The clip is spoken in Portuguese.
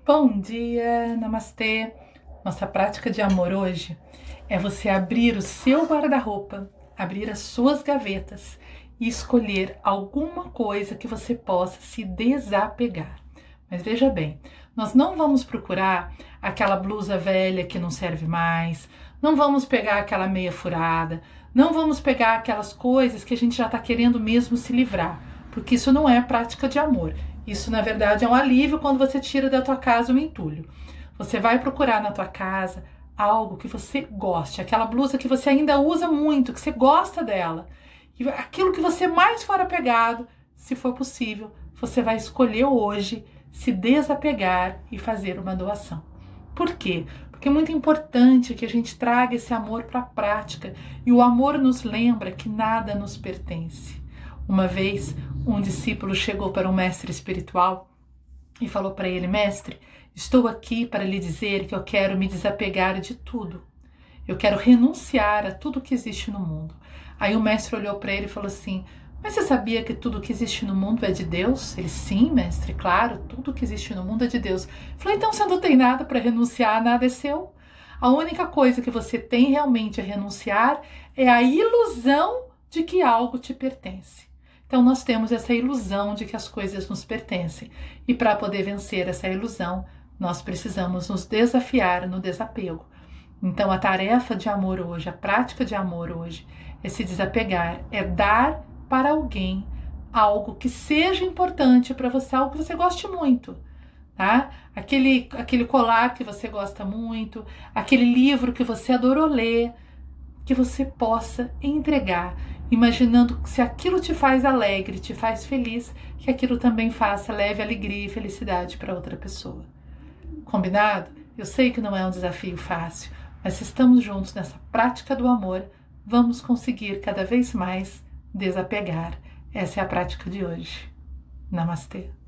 Bom dia, namastê! Nossa prática de amor hoje é você abrir o seu guarda-roupa, abrir as suas gavetas e escolher alguma coisa que você possa se desapegar. Mas veja bem, nós não vamos procurar aquela blusa velha que não serve mais, não vamos pegar aquela meia furada, não vamos pegar aquelas coisas que a gente já está querendo mesmo se livrar, porque isso não é prática de amor. Isso, na verdade, é um alívio quando você tira da tua casa o entulho. Você vai procurar na tua casa algo que você goste, aquela blusa que você ainda usa muito, que você gosta dela. E aquilo que você mais for apegado, se for possível, você vai escolher hoje se desapegar e fazer uma doação. Por quê? Porque é muito importante que a gente traga esse amor para a prática. E o amor nos lembra que nada nos pertence. Uma vez, um discípulo chegou para um mestre espiritual e falou para ele: mestre, estou aqui para lhe dizer que eu quero me desapegar de tudo. Eu quero renunciar a tudo que existe no mundo. Aí o mestre olhou para ele e falou assim: mas você sabia que tudo que existe no mundo é de Deus? Ele: sim, mestre, claro, tudo que existe no mundo é de Deus. Ele falou: então você não tem nada para renunciar, nada é seu. A única coisa que você tem realmente a renunciar é a ilusão de que algo te pertence. Então nós temos essa ilusão de que as coisas nos pertencem. E para poder vencer essa ilusão, nós precisamos nos desafiar no desapego. Então a tarefa de amor hoje, a prática de amor hoje, é se desapegar, é dar para alguém algo que seja importante para você, algo que você goste muito, tá? Aquele colar que você gosta muito, aquele livro que você adorou ler, que você possa entregar, imaginando que se aquilo te faz alegre, te faz feliz, que aquilo também faça, leve alegria e felicidade para outra pessoa. Combinado? Eu sei que não é um desafio fácil, mas se estamos juntos nessa prática do amor, vamos conseguir cada vez mais desapegar. Essa é a prática de hoje. Namastê!